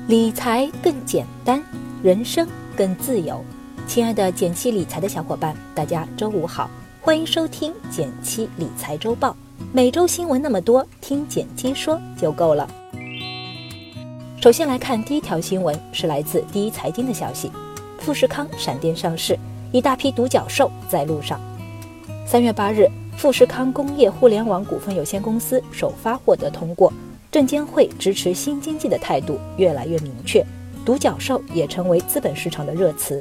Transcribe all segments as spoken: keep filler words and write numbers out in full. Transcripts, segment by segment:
理财更简单，人生更自由。亲爱的减七理财的小伙伴，大家周五好，欢迎收听减七理财周报。每周新闻那么多，听减七说就够了。首先来看第一条新闻，是来自第一财经的消息，富士康闪电上市，一大批独角兽在路上。三月八日，富士康工业互联网股份有限公司首发获得通过，证监会支持新经济的态度越来越明确，独角兽也成为资本市场的热词。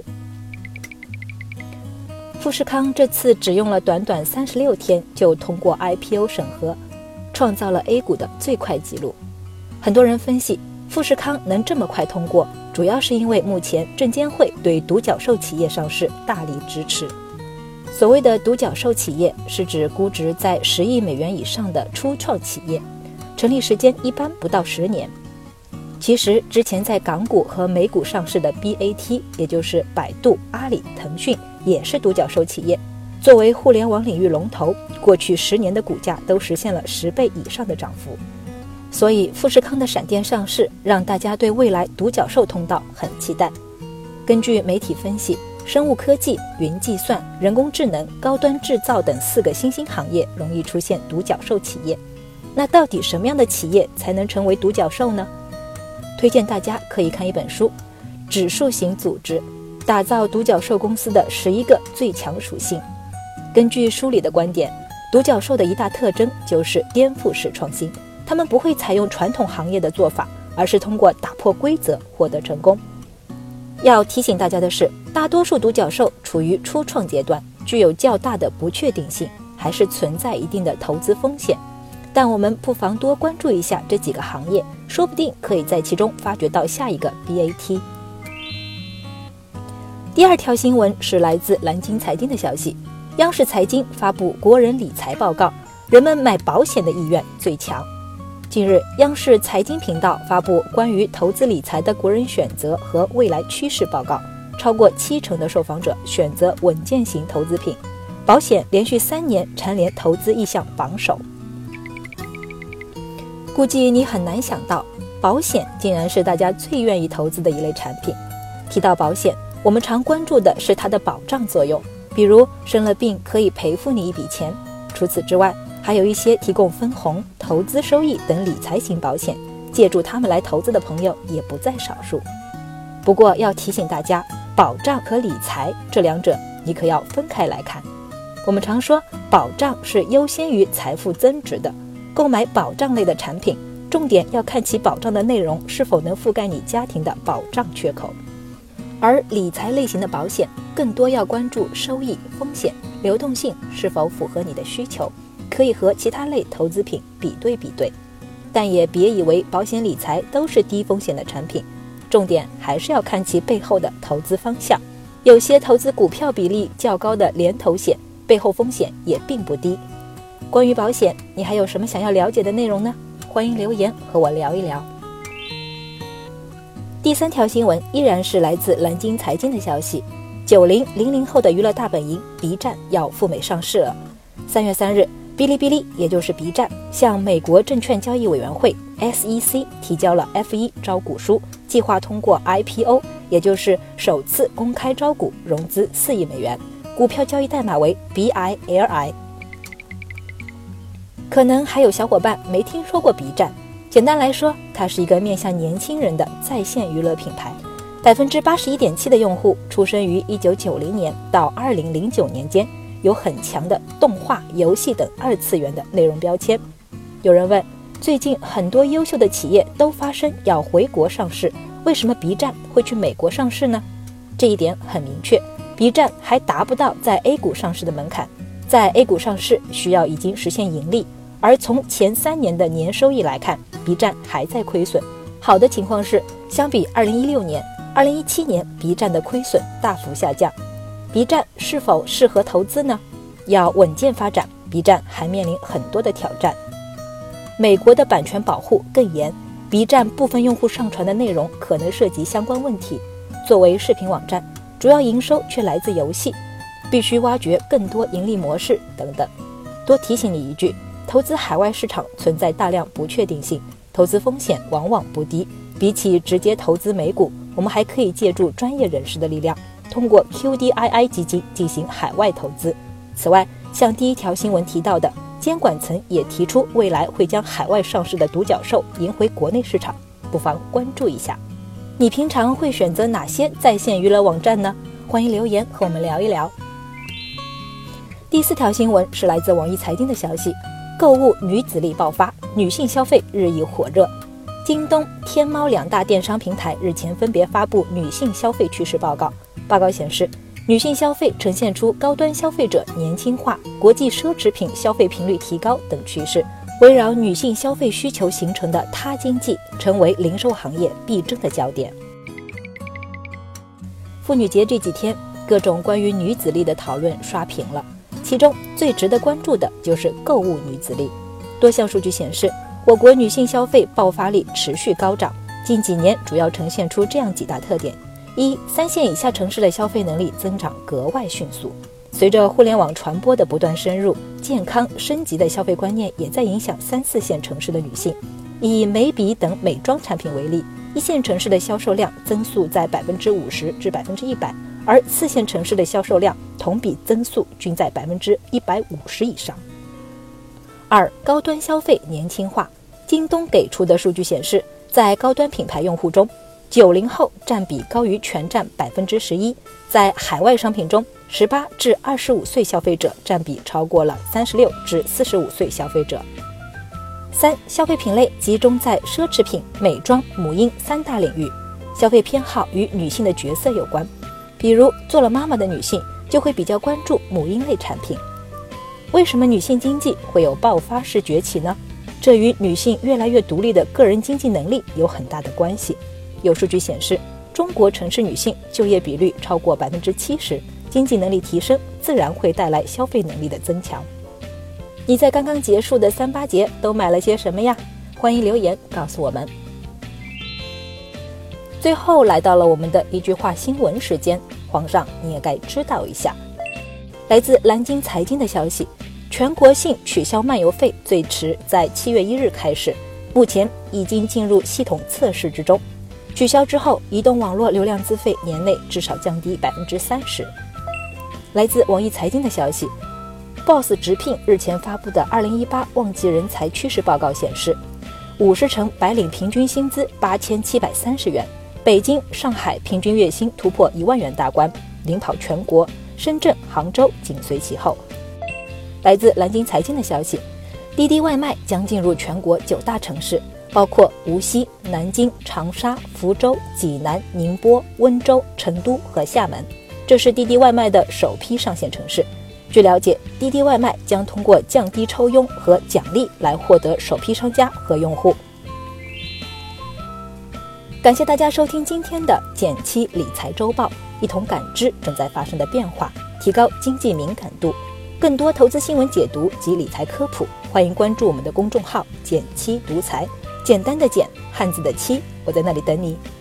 富士康这次只用了短短三十六天就通过 I P O 审核，创造了 A 股的最快纪录。很多人分析，富士康能这么快通过，主要是因为目前证监会对独角兽企业上市大力支持。所谓的独角兽企业是指估值在十亿美元以上的初创企业，成立时间一般不到十年。其实之前在港股和美股上市的 B A T， 也就是百度、阿里、腾讯，也是独角兽企业。作为互联网领域龙头，过去十年的股价都实现了十倍以上的涨幅。所以富士康的闪电上市，让大家对未来独角兽通道很期待。根据媒体分析，生物科技、云计算、人工智能、高端制造等四个新兴行业容易出现独角兽企业。那到底什么样的企业才能成为独角兽呢？推荐大家可以看一本书，指数型组织打造独角兽公司的十一个最强属性。根据书里的观点，独角兽的一大特征就是颠覆式创新，他们不会采用传统行业的做法，而是通过打破规则获得成功。要提醒大家的是，大多数独角兽处于初创阶段，具有较大的不确定性，还是存在一定的投资风险。但我们不妨多关注一下这几个行业，说不定可以在其中发掘到下一个 B A T。 第二条新闻是来自蓝鲸财经的消息，央视财经发布国人理财报告，人们买保险的意愿最强。近日，央视财经频道发布关于投资理财的国人选择和未来趋势报告，超过七成的受访者选择稳健型投资品，保险连续三年蝉联投资意向榜首。估计你很难想到，保险竟然是大家最愿意投资的一类产品。提到保险，我们常关注的是它的保障作用，比如生了病可以赔付你一笔钱。除此之外，还有一些提供分红、投资收益等理财型保险，借助他们来投资的朋友也不在少数。不过要提醒大家，保障和理财这两者你可要分开来看。我们常说保障是优先于财富增值的，购买保障类的产品，重点要看其保障的内容是否能覆盖你家庭的保障缺口。而理财类型的保险更多要关注收益、风险、流动性是否符合你的需求，可以和其他类投资品比对比对。但也别以为保险理财都是低风险的产品，重点还是要看其背后的投资方向。有些投资股票比例较高的连投险，背后风险也并不低。关于保险，你还有什么想要了解的内容呢？欢迎留言和我聊一聊。第三条新闻依然是来自蓝鲸财经的消息，九零、零零后的娱乐大本营 B 站要赴美上市了。三月三日，哔哩哔哩也就是 B 站向美国证券交易委员会 S E C 提交了 F 一 招股书，计划通过 I P O， 也就是首次公开招股，融资四亿美元，股票交易代码为 B I L I。 可能还有小伙伴没听说过 B 站，简单来说，它是一个面向年轻人的在线娱乐品牌， 百分之八十一点七 的用户出生于一九九零年到二零零九年间，有很强的动画、游戏等二次元的内容标签。有人问，最近很多优秀的企业都发声要回国上市，为什么 B 站会去美国上市呢？这一点很明确， B 站还达不到在 A 股上市的门槛，在 A 股上市需要已经实现盈利，而从前三年的年收益来看， B 站还在亏损。好的情况是，相比二零一六年、二零一七年 B 站的亏损大幅下降。B 站是否适合投资呢？要稳健发展， B 站还面临很多的挑战。美国的版权保护更严， B 站部分用户上传的内容可能涉及相关问题。作为视频网站，主要营收却来自游戏，必须挖掘更多盈利模式等等。多提醒你一句，投资海外市场存在大量不确定性，投资风险往往不低， 比起直接投资美股，我们还可以借助专业人士的力量，通过 Q D I I 基金进行海外投资。此外，像第一条新闻提到的，监管层也提出未来会将海外上市的独角兽迎回国内市场，不妨关注一下。你平常会选择哪些在线娱乐网站呢？欢迎留言和我们聊一聊。第四条新闻是来自网易财经的消息，购物女子力爆发，女性消费日益火热。京东、天猫两大电商平台日前分别发布女性消费趋势报告。报告显示，女性消费呈现出高端消费者年轻化、国际奢侈品消费频率提高等趋势。围绕女性消费需求形成的她经济，成为零售行业必争的焦点。妇女节这几天，各种关于女子力的讨论刷屏了。其中最值得关注的就是购物女子力。多项数据显示，我国女性消费爆发力持续高涨，近几年主要呈现出这样几大特点：一、三线以下城市的消费能力增长格外迅速。随着互联网传播的不断深入，健康升级的消费观念也在影响三四线城市的女性。以眉笔等美妆产品为例，一线城市的销售量增速在百分之五十至百分之一百，而四线城市的销售量同比增速均在百分之一百五十以上。二、高端消费年轻化。京东给出的数据显示，在高端品牌用户中，九零后占比高于全占百分之十一，在海外商品中，十八至二十五岁消费者占比超过了三十六至四十五岁消费者。三、消费品类集中在奢侈品、美妆、母婴三大领域，消费偏好与女性的角色有关。比如做了妈妈的女性就会比较关注母婴类产品。为什么女性经济会有爆发式崛起呢？这与女性越来越独立的个人经济能力有很大的关系。有数据显示，中国城市女性就业比率超过百分之七十，经济能力提升自然会带来消费能力的增强。你在刚刚结束的三八节都买了些什么呀？欢迎留言告诉我们。最后来到了我们的一句话新闻时间，皇上你也该知道一下。来自蓝鲸财经的消息，全国性取消漫游费最迟在七月一日开始，目前已经进入系统测试之中。取消之后，移动网络流量资费年内至少降低百分之三十。来自网易财经的消息 ，B O S S 直聘日前发布的二零一八旺季人才趋势报告显示，五十城白领平均薪资八千七百三十元，北京、上海平均月薪突破一万元大关，领跑全国。深圳、杭州紧随其后。来自蓝鲸财经的消息，滴滴外卖将进入全国九大城市，包括无锡、南京、长沙、福州、济南、宁波、温州、成都和厦门。这是滴滴外卖的首批上线城市。据了解，滴滴外卖将通过降低抽佣和奖励来获得首批商家和用户。感谢大家收听今天的减七理财周报，一同感知正在发生的变化，提高经济敏感度。更多投资新闻解读及理财科普，欢迎关注我们的公众号减七独财，简单的简，汉字的七，我在那里等你。